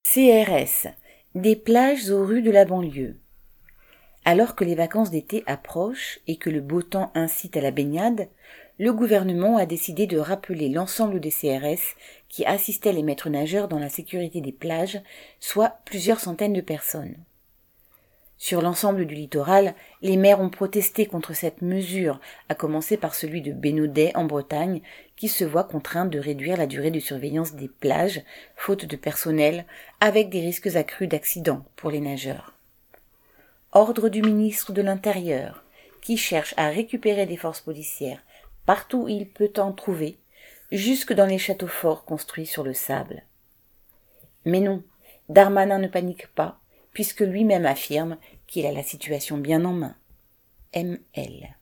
CRS, des plages aux rues de la banlieue. Alors que les vacances d'été approchent et que le beau temps incite à la baignade, le gouvernement a décidé de rappeler l'ensemble des CRS qui assistaient les maîtres nageurs dans la sécurité des plages, soit plusieurs centaines de personnes. Sur l'ensemble du littoral, les maires ont protesté contre cette mesure, à commencer par celui de Bénodet en Bretagne, qui se voit contraint de réduire la durée de surveillance des plages, faute de personnel, avec des risques accrus d'accidents pour les nageurs. Ordre du ministre de l'Intérieur, qui cherche à récupérer des forces policières partout où il peut en trouver, jusque dans les châteaux forts construits sur le sable. Mais non, Darmanin ne panique pas, puisque lui-même affirme qu'il a la situation bien en main. ML.